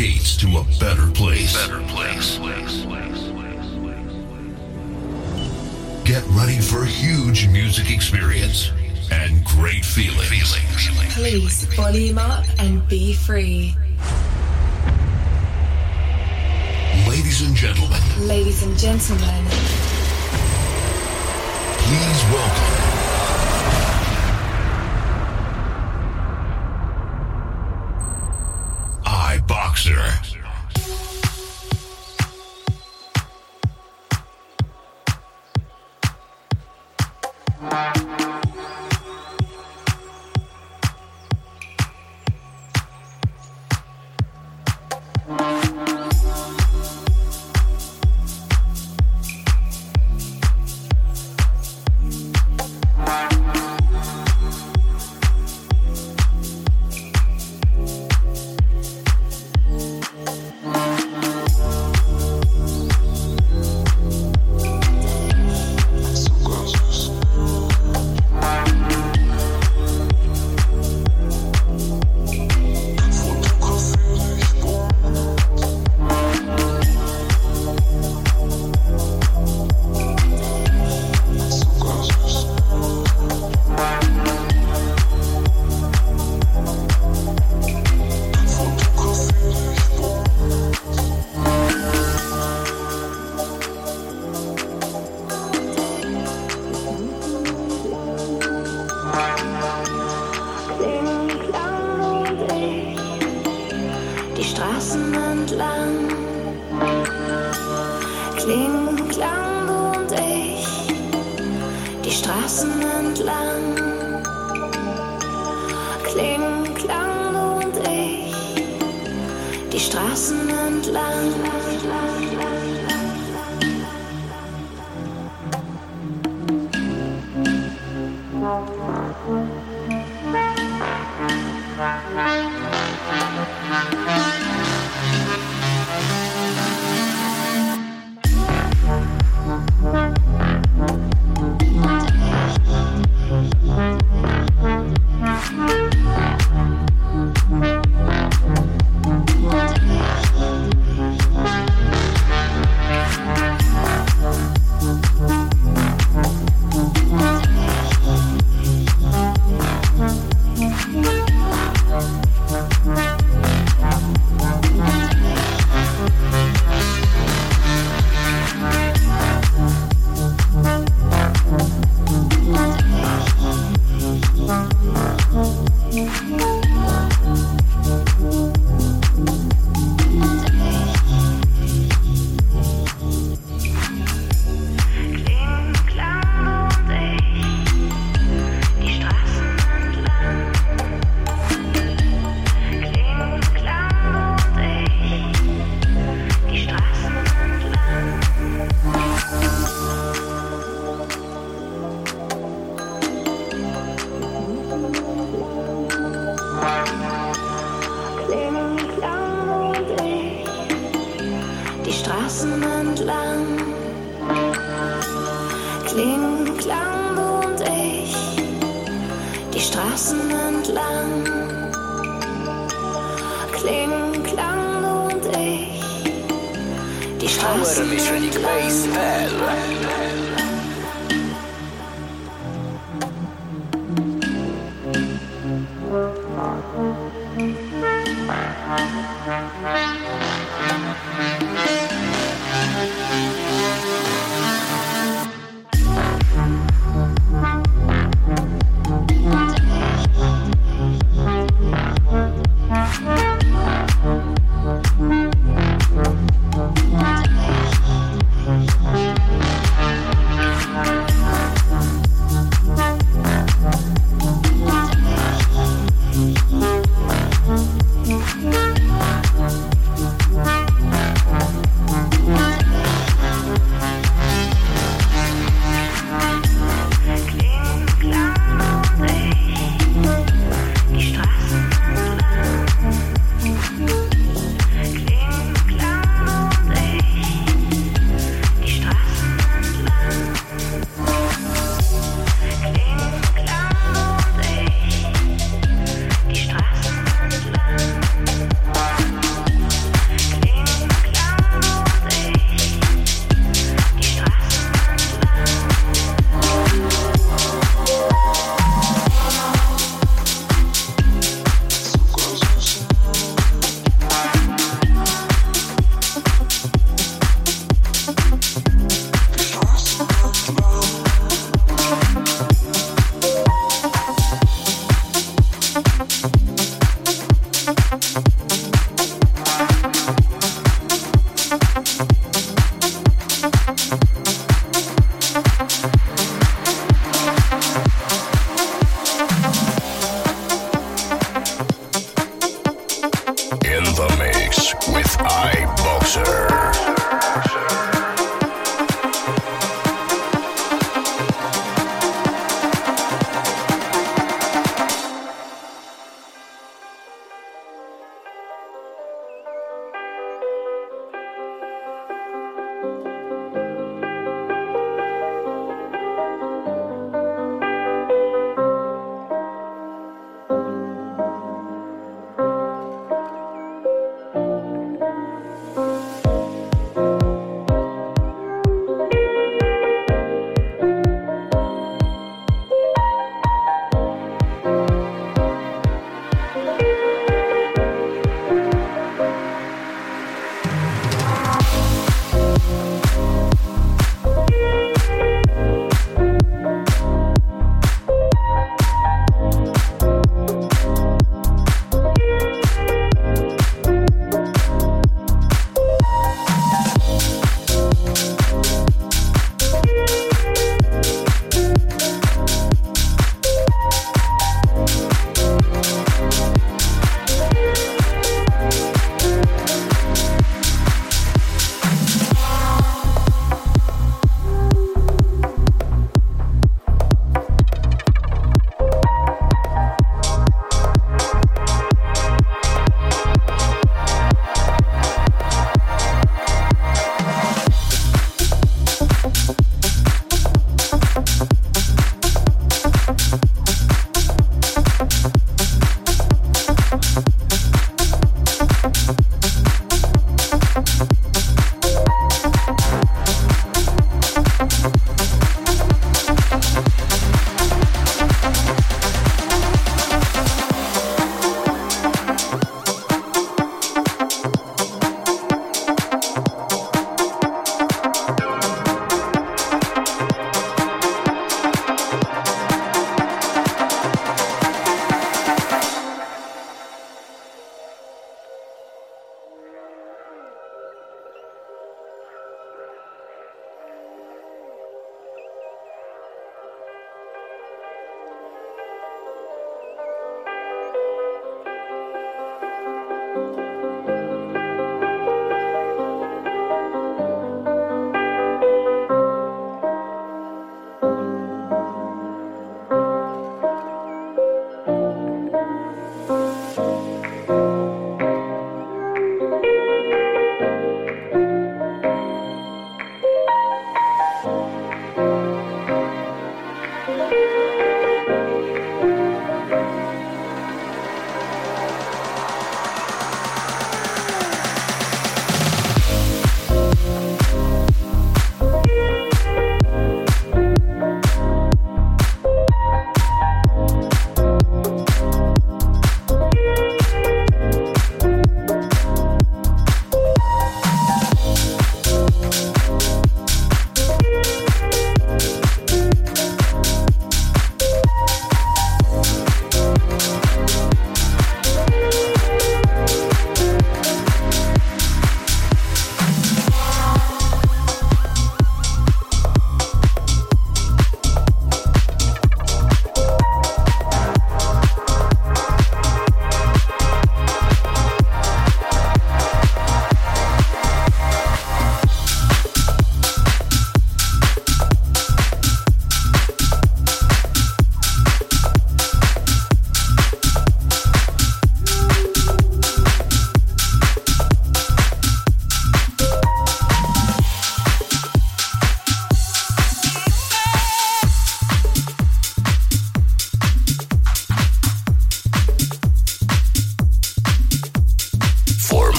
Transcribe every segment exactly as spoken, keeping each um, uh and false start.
gates to a better place. Better place. Get ready for a huge music experience and great feeling. Please volume up and be free. Ladies and gentlemen. Ladies and gentlemen. Please welcome. iBoxer.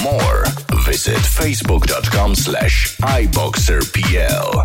more, visit facebook.com slash iboxerpl.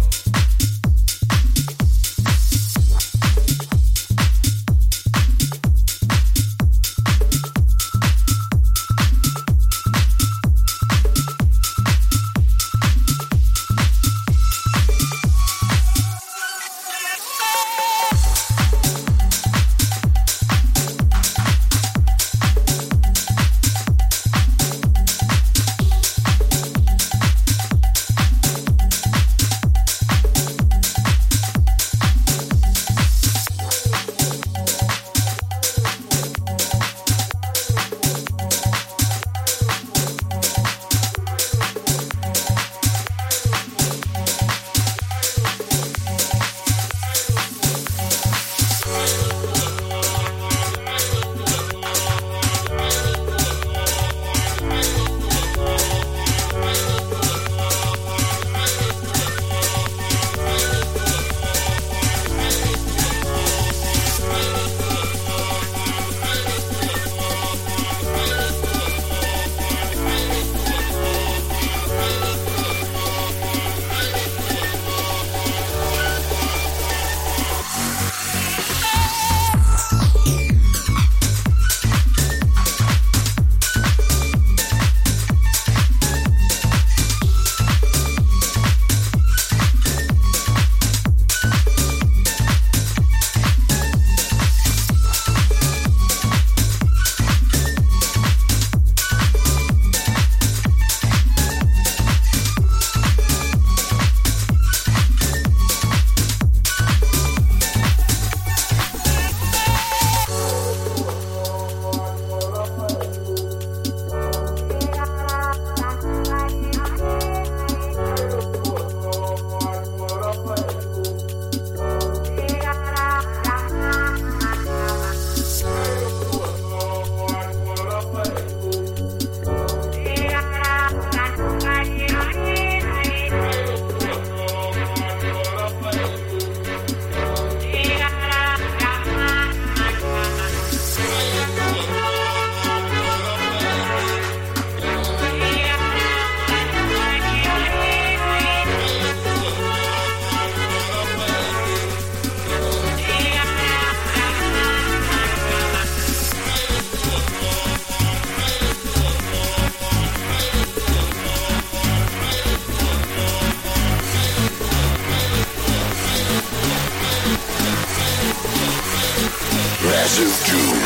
Massive June.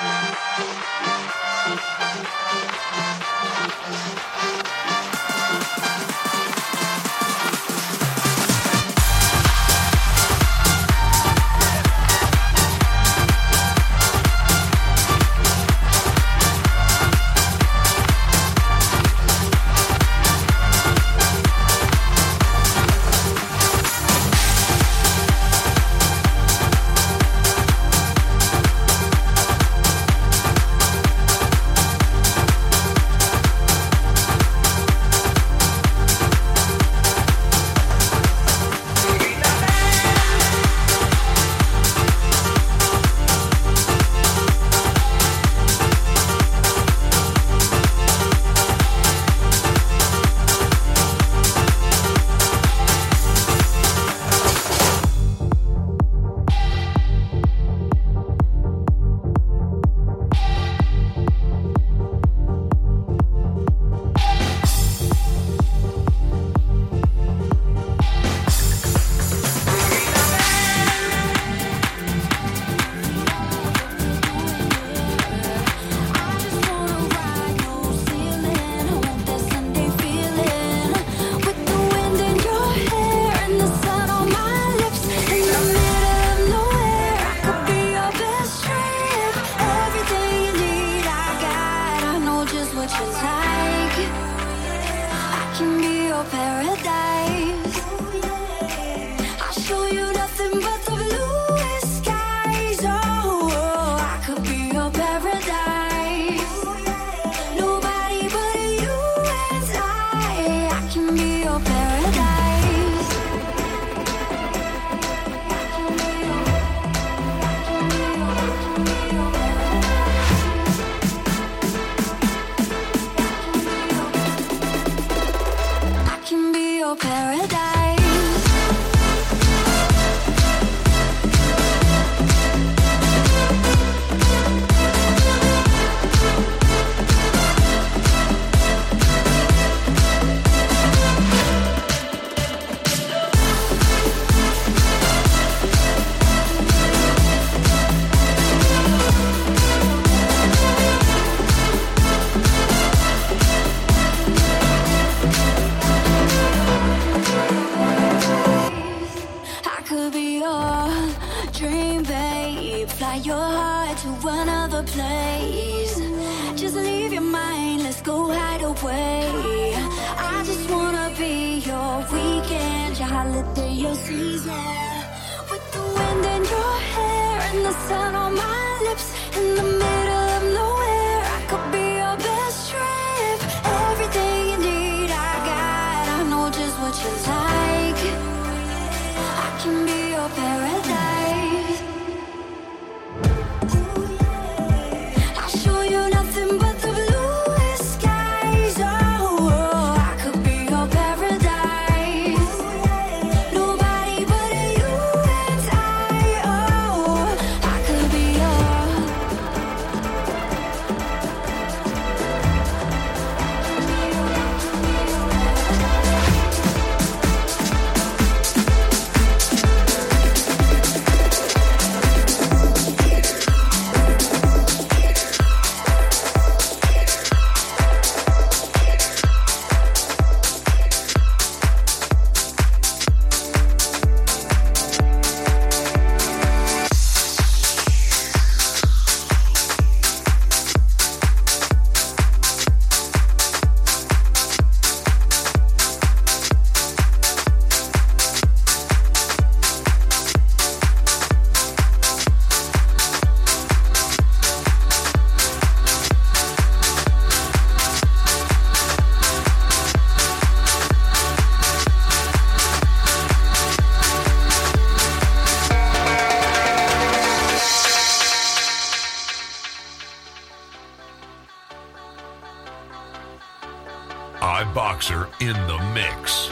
iBoxer in the mix.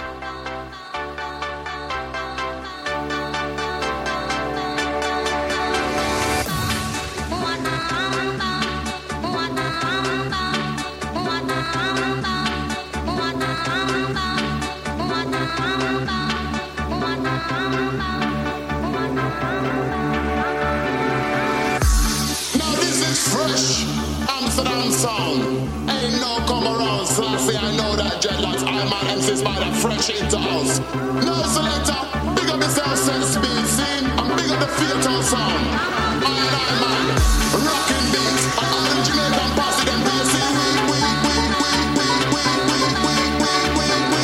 Now this is Fresh Amsterdam sound. Ain't no come around. Slassy, I know that dreadlocks. I'm an M C Spider, fresh into house. No selector, big up yourself, set speed, see? And big up the theater sound. I and I, man, rocking beats. And all them Jamaican posse, them B C. We, we, we, we, we, we, we, we, we, we, we,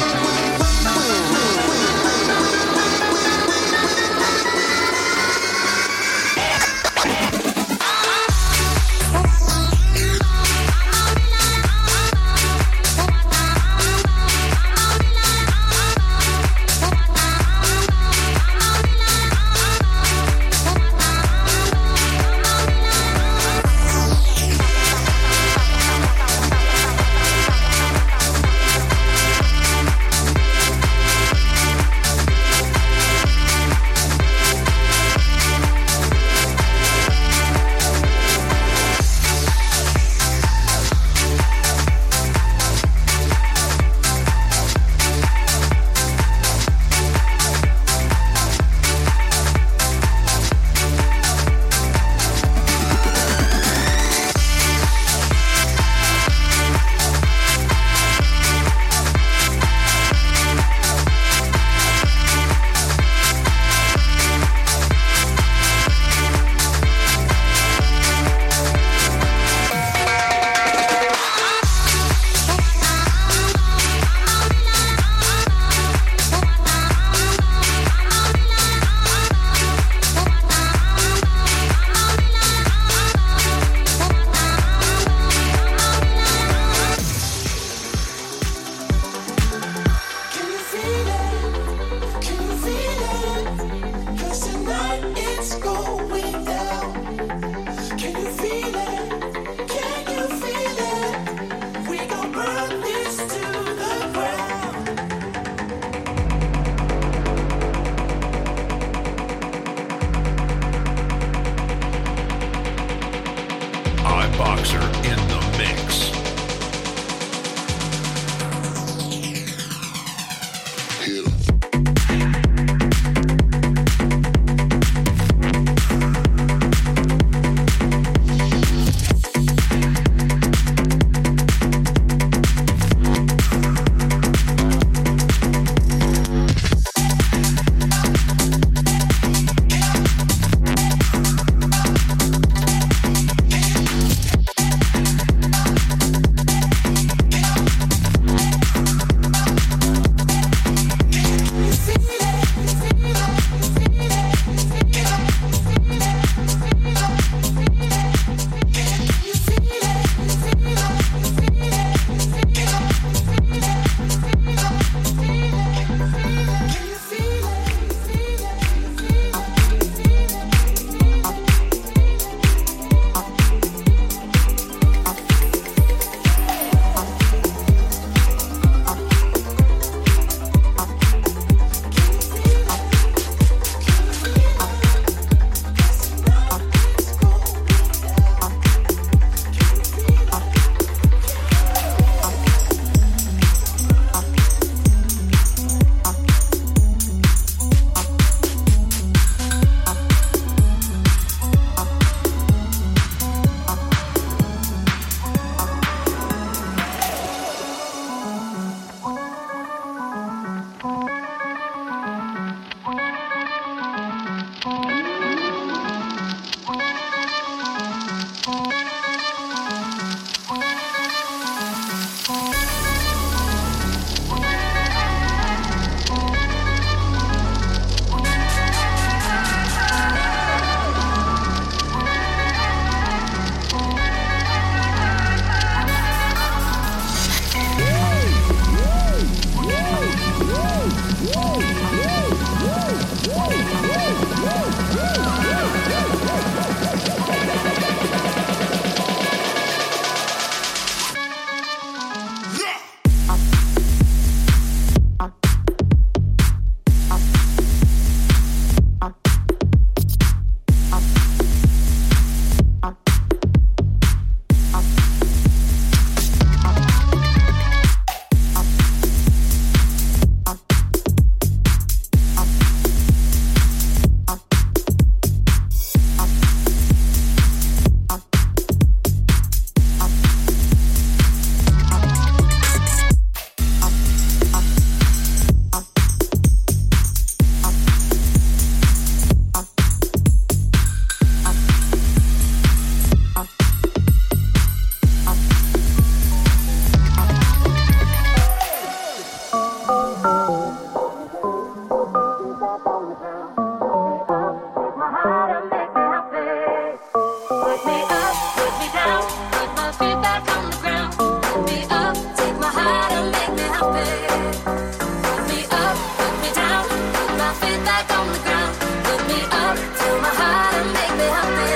down, put my feet back on the ground. Put me up, take my heart and make me happy. Put me up, put me down, put my feet back on the ground. Put me up, take my heart and make me happy.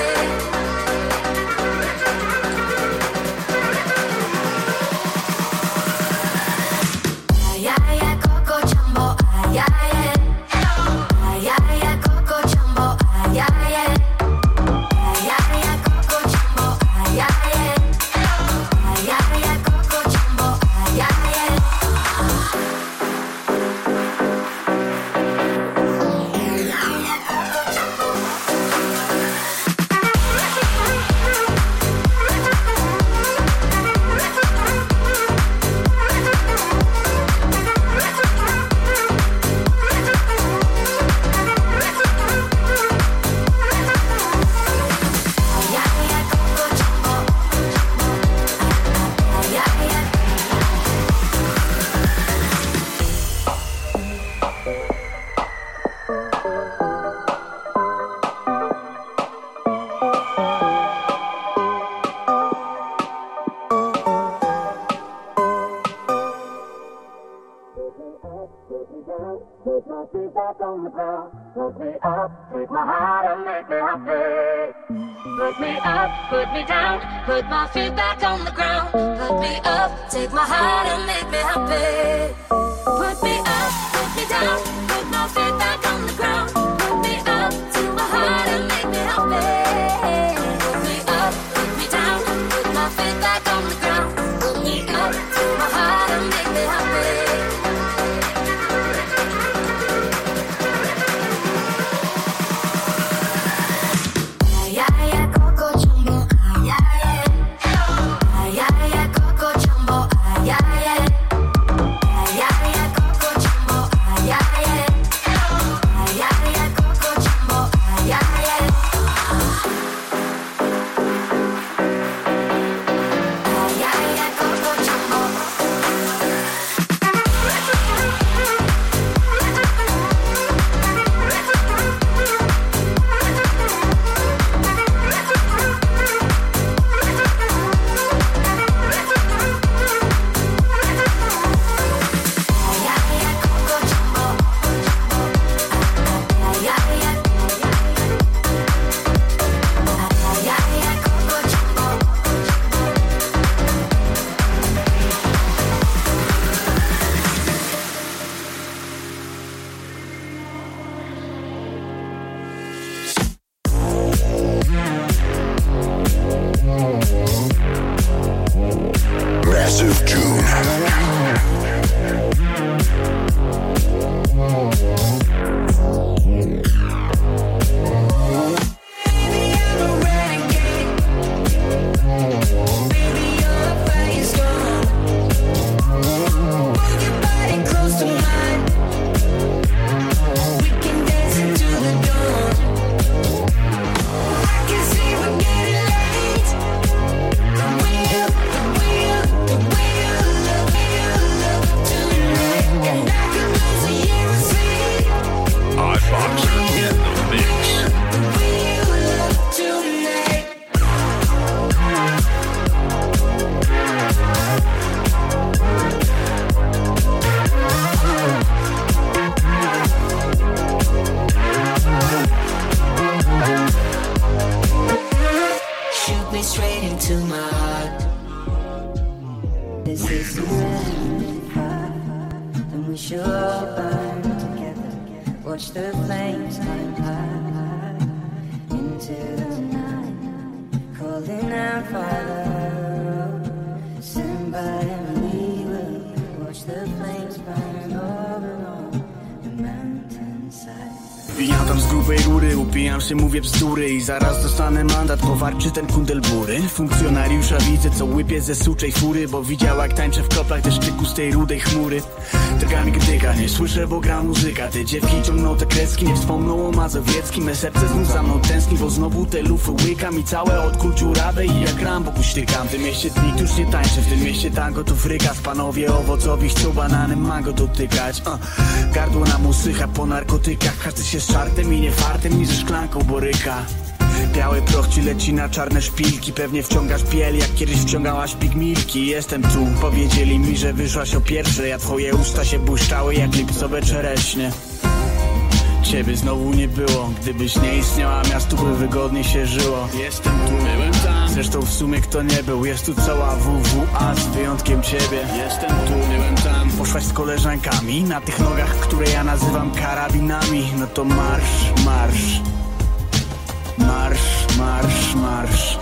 Put me down, put my feet back on the ground. Put me up, take my heart and make me happy. Put me up, put me down, put my feet back on the ground. Put me up, take my heart and make me happy. Put me up, put me down, put my feet back on the ground. Put me up, take my heart and make me happy. Wbijam tam z grubej rury, upijam się, mówię bzdury i zaraz dostanę mandat, powarczy ten kundel bury. Funkcjonariusza widzę, co łypie ze suczej fury, bo widział jak tańczę w kroplach deszczyku z tej rudej chmury. Drga mi gdyka, nie słyszę, bo gra muzyka. Te dziewki ciągną te kreski, nie wspomną o Mazowieckim. Me serce znów za mną tęskni, bo znowu te lufy łykam i całe od kul dziurawe i jak Rambo kuśtykam. W tym mieście nikt już nie tańczy, w tym mieście tango to frykas. Panowie owocowi chcą bananem mango dotykać. uh. Gardło nam usycha po narkotykach, każdy się z czartem i nie fartem, ni ze szklanką boryka. Biały proch ci leci na czarne szpilki. Pewnie wciągasz biel, jak kiedyś wciągałaś pigmilki. Jestem tu, powiedzieli mi, że wyszłaś o pierwsze, a twoje usta się błyszczały jak lipcowe czereśnie. Ciebie znowu nie było, gdybyś nie istniała, miastu by wygodniej się żyło. Jestem tu, byłem tam. Zresztą w sumie kto nie był, jest tu cała W W A z wyjątkiem ciebie. Jestem tu, byłem tam. Poszłaś z koleżankami na tych nogach, które ja nazywam karabinami. No to marsz, marsz. Marsz, marsz, marsz.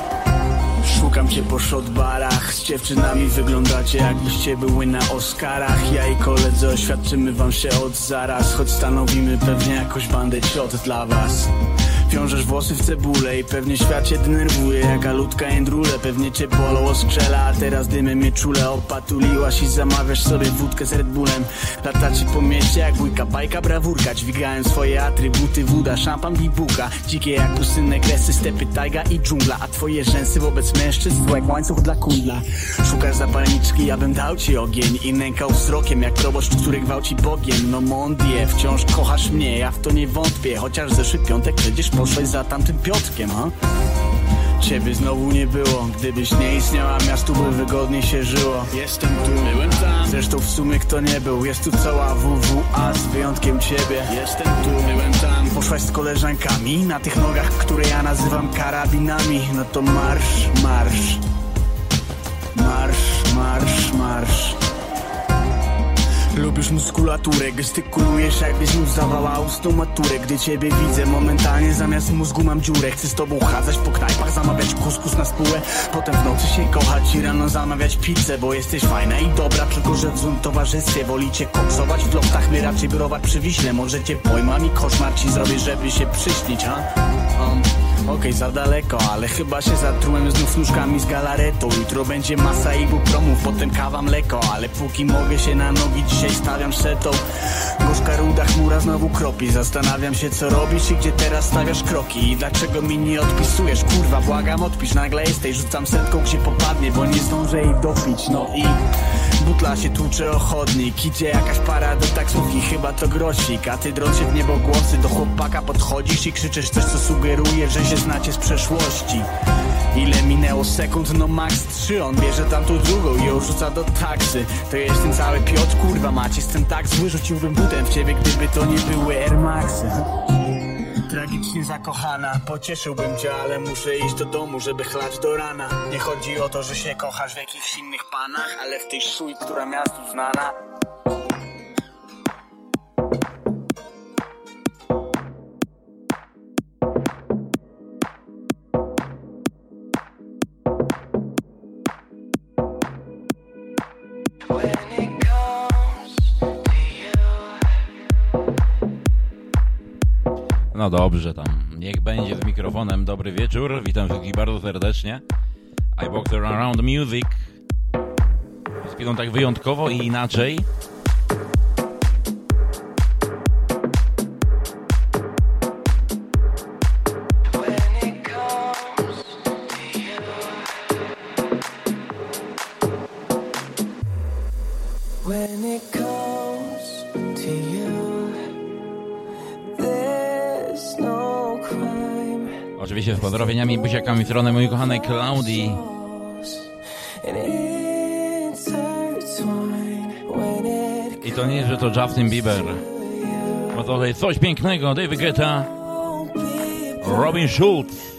Szukam cię po shotbarach. Z dziewczynami wyglądacie jakbyście były na Oscarach. Ja i koledzy oświadczymy wam się od zaraz, choć stanowimy pewnie jakąś bandę ciot dla was. Wiążesz włosy w cebulę i pewnie świat cię denerwuje. Jaka ludka jędrule, pewnie cię bolą oskrzela. A teraz dymem mnie czule opatuliłaś i zamawiasz sobie wódkę z Red Bullem. Latacie po mieście jak bójka, bajka, brawurka. Dźwigają swoje atrybuty, woda, szampan, bibuka. Dzikie jak pustynne kresy, stepy, tajga i dżungla. A twoje rzęsy wobec mężczyzn to jak łańcuch dla kundla. Szukasz zapalniczki, ja bym dał ci ogień i nękał wzrokiem jak proboszcz, który gwałci Bogiem. No mon die, wciąż kochasz mnie, ja w to nie wątpię. Chociaż zeszły piątek przecież poszłeś za tamtym Piotrkiem, ha? Ciebie znowu nie było, gdybyś nie istniała, miastu by wygodniej się żyło. Jestem tu, byłem tam. Zresztą w sumie kto nie był, jest tu cała W W A z wyjątkiem ciebie. Jestem tu, byłem tam. Poszłaś z koleżankami na tych nogach, które ja nazywam karabinami. No to marsz, marsz. Marsz, marsz, marsz. Lubisz muskulaturę, gestykulujesz jakbyś już zdawała ustną maturę. Gdy ciebie widzę, momentalnie zamiast mózgu mam dziurę. Chcę z tobą chadzać po knajpach, zamawiać kuskus na spółę. Potem w nocy się kochać i rano zamawiać pizzę. Bo jesteś fajna i dobra, tylko że w złym towarzystwie. Wolicie koksować w loftach, my raczej browar przy Wiśle. Może cię pojmam i koszmar ci zrobię, żeby się przyśnić, ha? Um. Okej, okay, za daleko, ale chyba się zatrułem znów nóżkami z galaretą. Jutro będzie masa ibupromów, potem kawa, mleko. Ale póki mogę się na nogi, dzisiaj stawiam setą. Gorzka ruda chmura znowu kropi. Zastanawiam się co robisz i gdzie teraz stawiasz kroki. I dlaczego mi nie odpisujesz, kurwa, błagam odpisz. Nagle jesteś, rzucam setką gdzie popadnie, bo nie zdążę jej dopić. No i butla się tłucze o chodnik. Idzie jakaś para do taksówki, chyba to grosik. A ty drąc się w niebo głosy, do chłopaka podchodzisz i krzyczysz coś co sugeruje, że się znacie z przeszłości. Ile minęło sekund? No max trzy. On bierze tamtą drugą i ją rzuca do taksy. To jest ten cały Piotr, kurwa mać. Jestem tak zły, rzuciłbym butem w ciebie, gdyby to nie były Air Maxy. Tragicznie zakochana, pocieszyłbym cię, ale muszę iść do domu, żeby chlać do rana. Nie chodzi o to, że się kochasz w jakichś innych panach, ale w tej szuj, która miastu znana. No dobrze tam, niech będzie z mikrofonem. Dobry wieczór, witam wszystkich bardzo serdecznie. I Box Around Music. Śpiewam tak wyjątkowo i inaczej. Oczywiście z pozdrowieniami, buziakami w stronę mojej kochanej Klaudii. I to nie, że to Justin Bieber, bo to jest coś pięknego. David Guetta, Robin Schulz.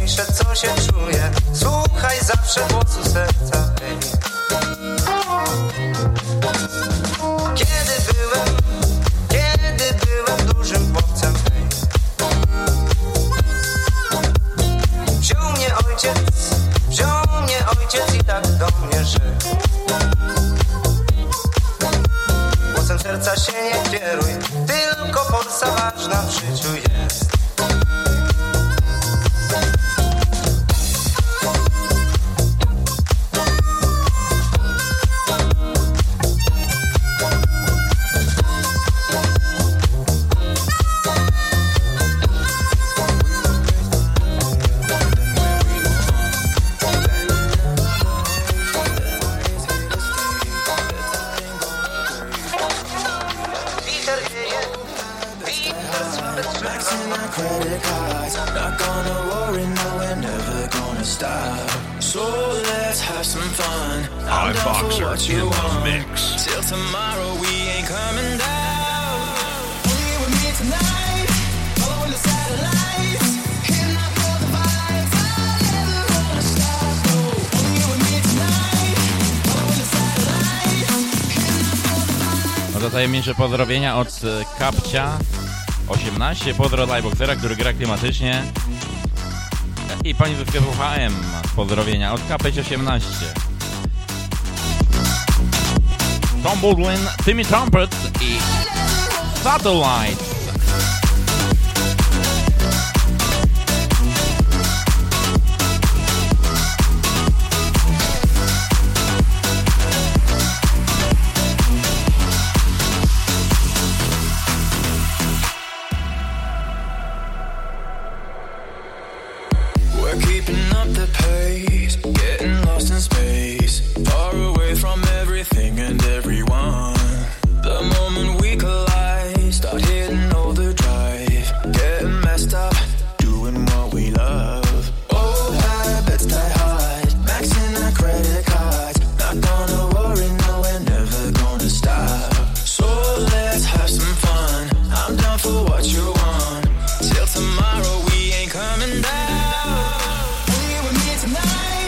piszę, co się czuje. Słuchaj zawsze głosu serca, hej. Kiedy byłem, kiedy byłem dużym chłopcem, hej. Wziął mnie ojciec, wziął mnie ojciec i tak do mnie rzekł. Głosem serca się nie kieruj, tylko forsa ważna w życiu jest. Credit cards, not gonna worry, no, we're never gonna stop. So let's have some fun. I'm down for what you want. Mix. Till tomorrow, we ain't coming down. Only with me tonight, following the satellites, hitting up all the vibes. I'm never gonna stop. Oh, only with me tonight, following the satellites, hitting up all the vibes. No to tajemnicze pozdrowienia od Kapcia osiemnaście, pozdro dla iBoxera, który gra klimatycznie. I pani ze sklepu H M, pozdrowienia od Kapeć osiemnaście. Tom Baldwin, Timmy Trumpet i Satellite. Keeping up the pace, getting lost in space, far away from everything and everyone. The moment we collide, start hitting overdrive, getting messed up, doing what we love. Old habits die hard, maxing our credit cards, not gonna worry, no, we're never gonna stop. So let's have some fun, I'm down for what you want. Till tomorrow we ain't coming down. Tonight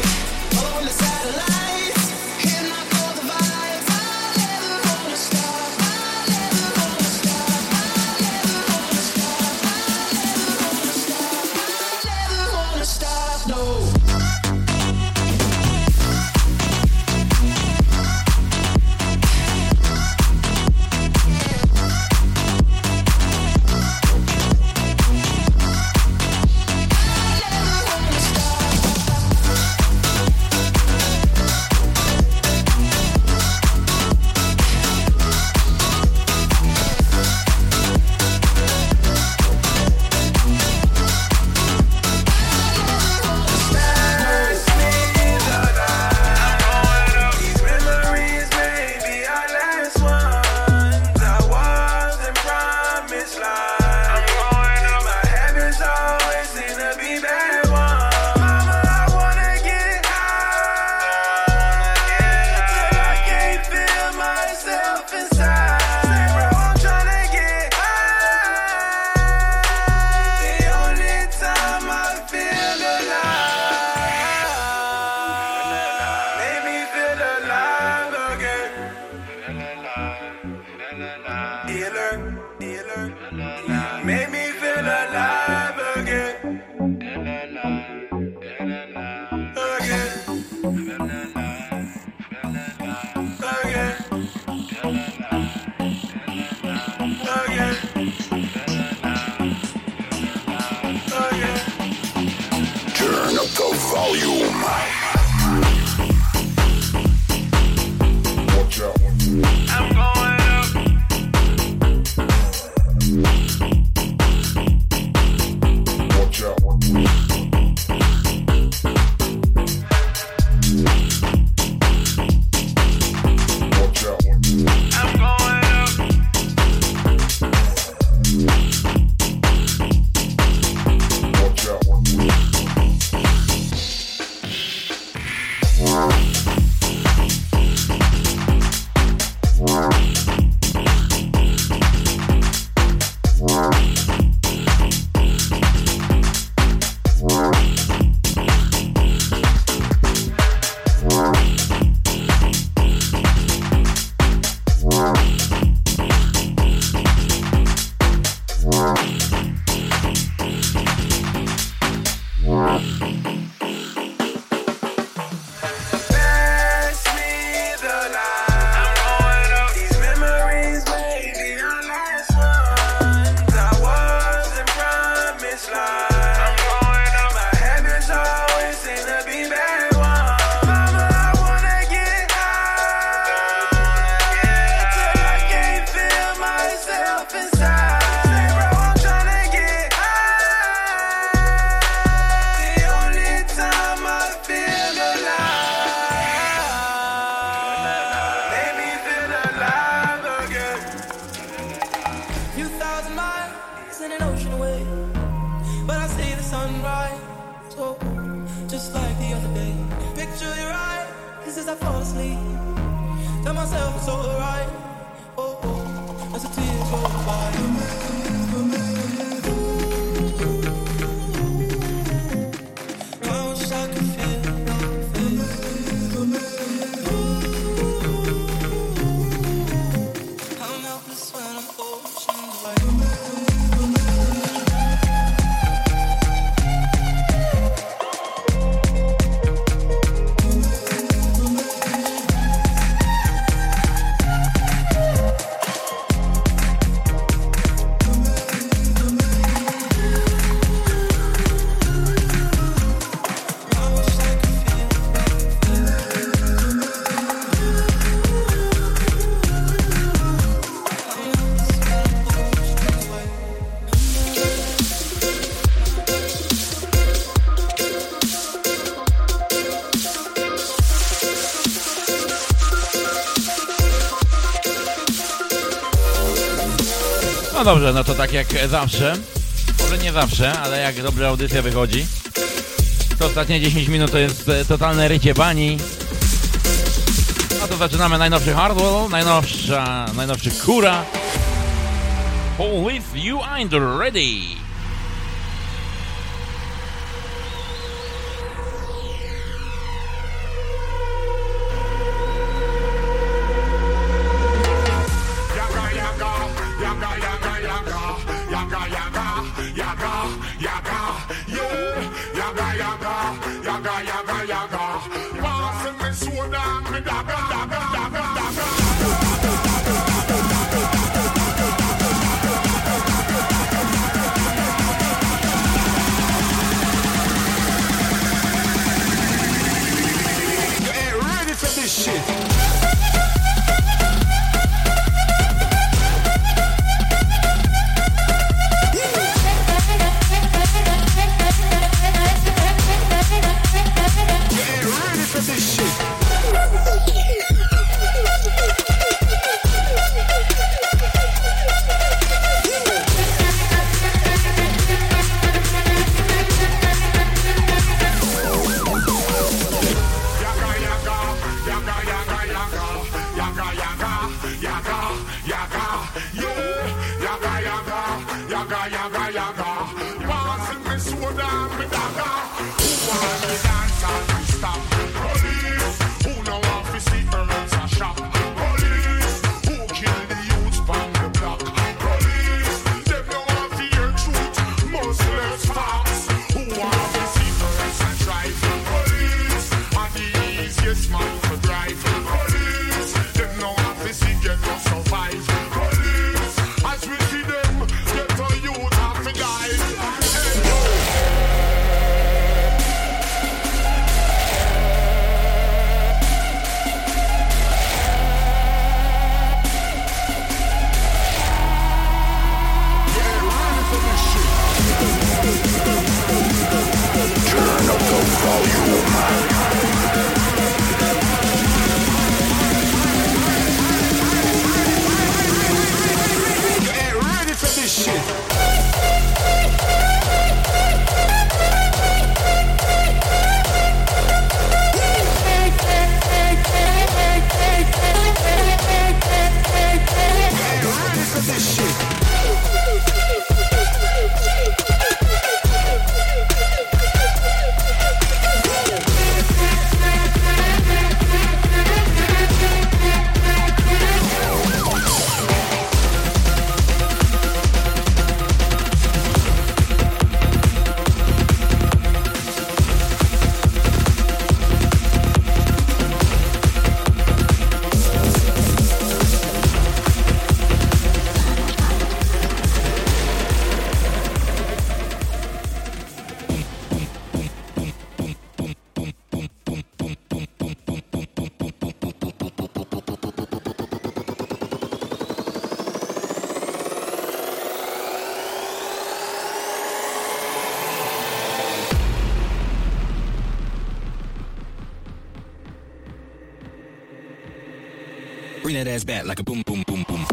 sunrise. Oh, just like the other day. Picture your eyes as I fall asleep. Tell myself it's alright. Oh, oh, as the tears roll by. I wish I could feel your face. I'm helpless when I'm ocean wide. No dobrze, no to tak jak zawsze, może nie zawsze, ale jak dobrze audycja wychodzi, to ostatnie dziesięć minut to jest totalne rycie bani. A to zaczynamy najnowszy Hardwell, najnowsza, najnowszy Kura. Oh, if you ain't ready. Bring that ass back like a boom, boom, boom, boom.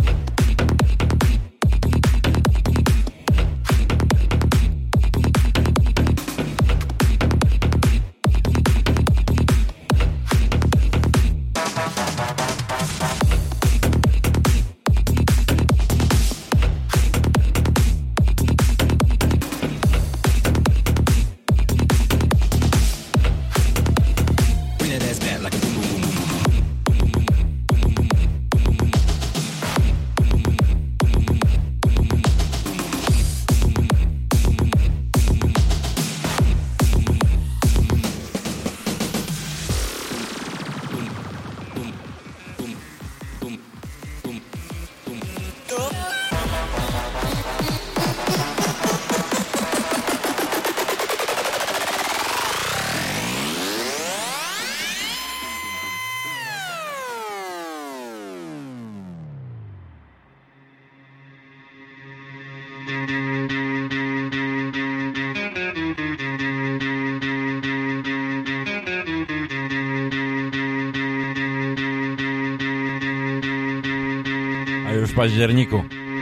październiku.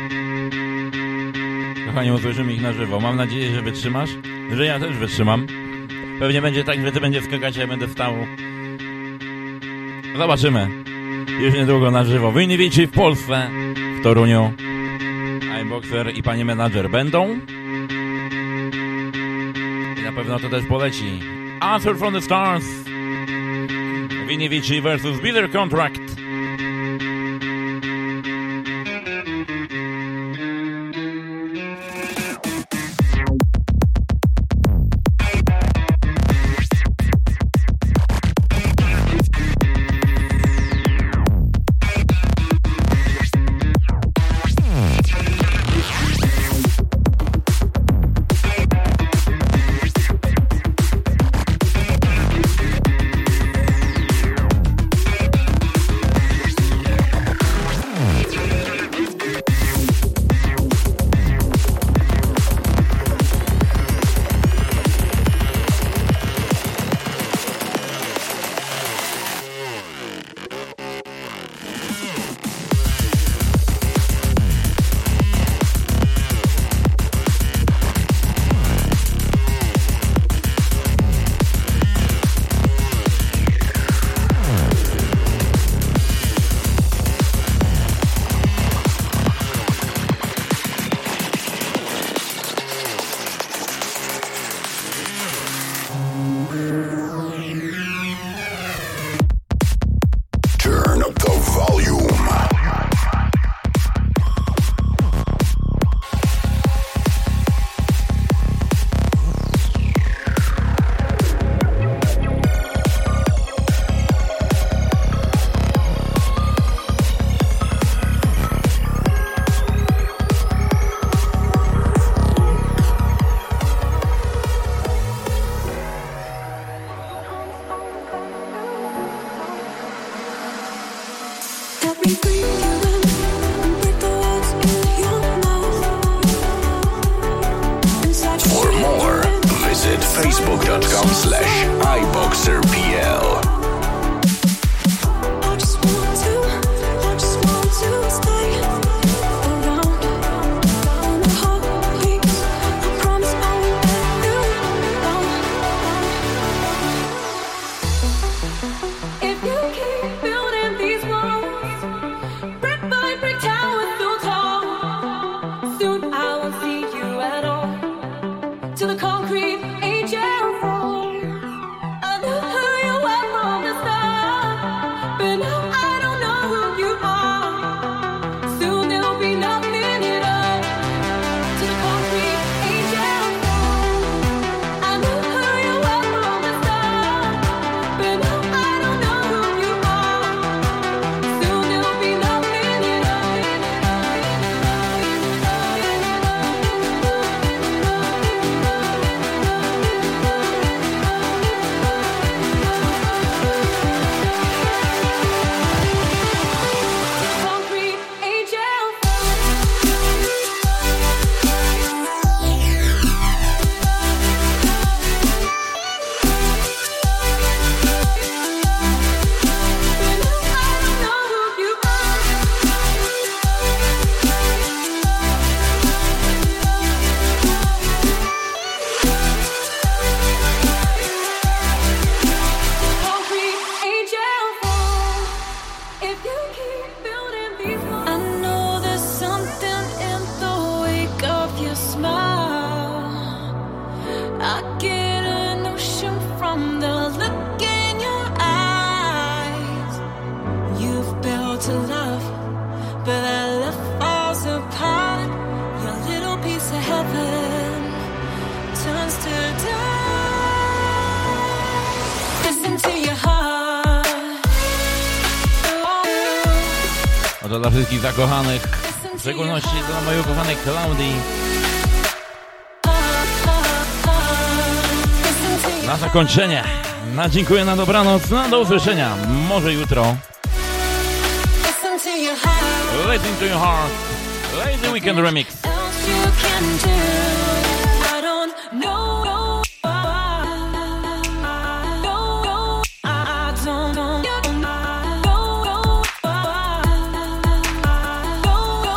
Kochani, usłyszymy ich na żywo. Mam nadzieję, że wytrzymasz, że ja też wytrzymam. Pewnie będzie tak, że ty będziesz skakać, a ja będę stał. Zobaczymy. Już niedługo na żywo. Winnie Vici w Polsce, w Toruniu. iBoxer i pani menadżer będą. I na pewno to też poleci. Answer from the Stars. Winnie Vici versus Bitter Contract. Oto dla wszystkich zakochanych, w szczególności dla mojej ukochanej Klaudii. Na zakończenie, na dziękuję, na dobranoc, na do usłyszenia, może jutro. Listen to your heart, Lazy Weekend Remix. Go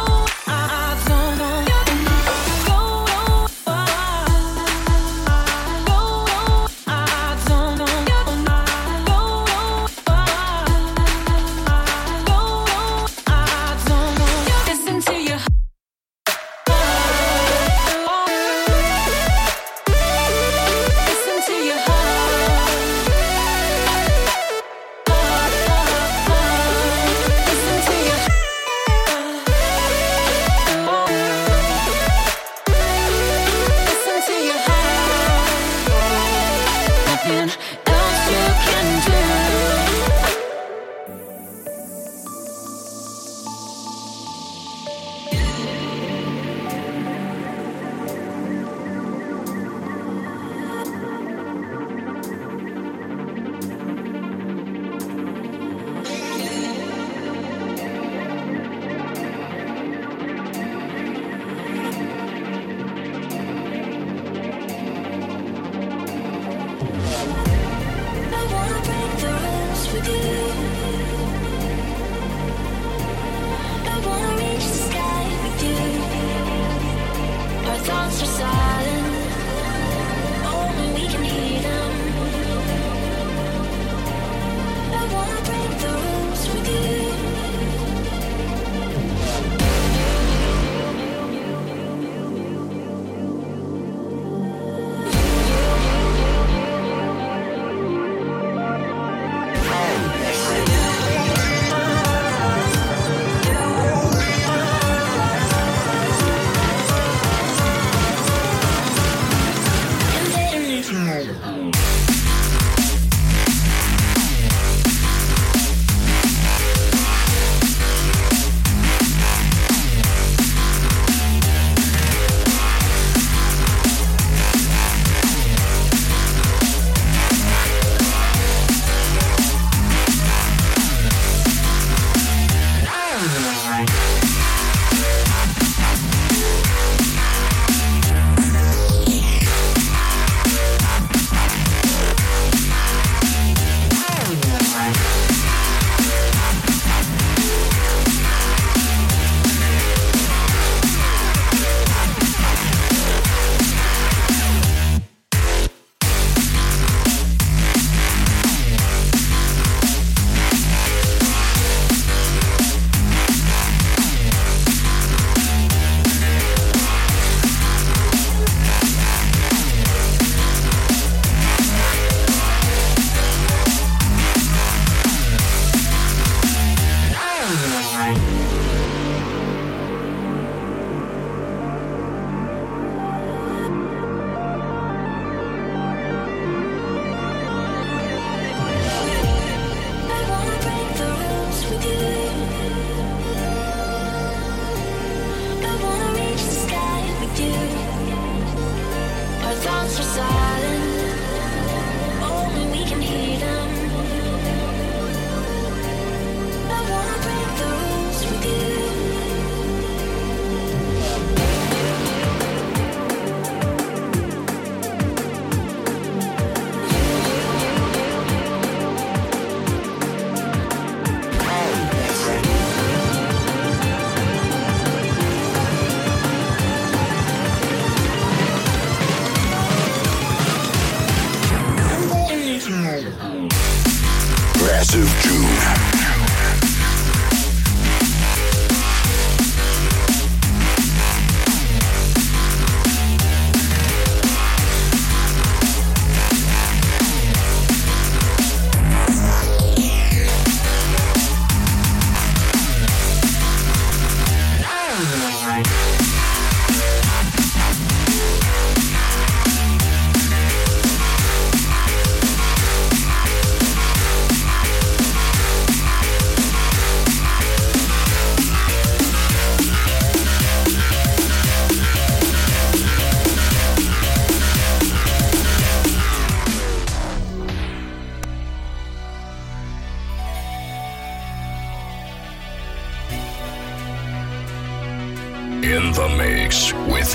In the mix with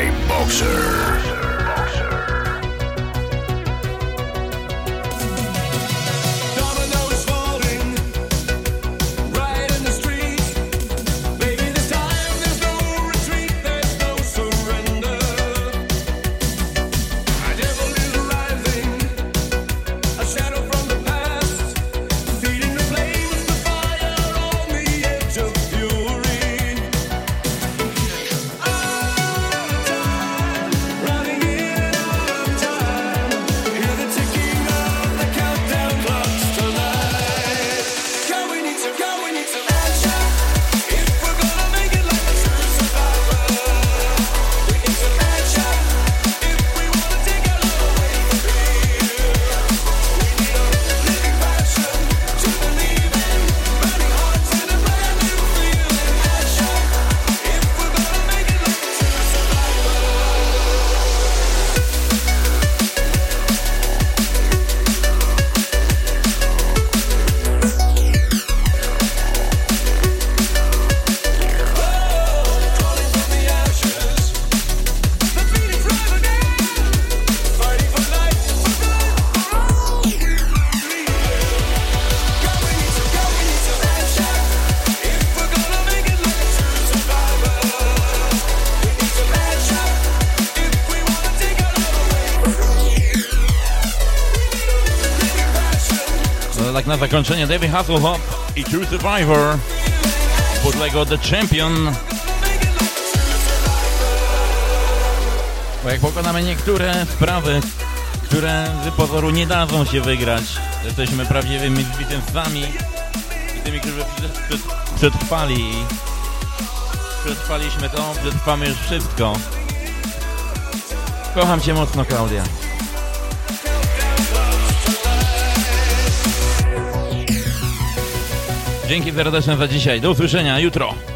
iBoxer. Run tak na zakończenie David Hasselhoff i True Survivor. Podlego The Champion. Bo jak pokonamy niektóre sprawy, które z pozoru nie dadzą się wygrać, jesteśmy prawdziwymi zwycięzcami i tymi, którzy przetrwali. Przetrwaliśmy to, przetrwamy już wszystko. Kocham cię mocno, Klaudia. Dzięki serdeczne za dzisiaj. Do usłyszenia jutro.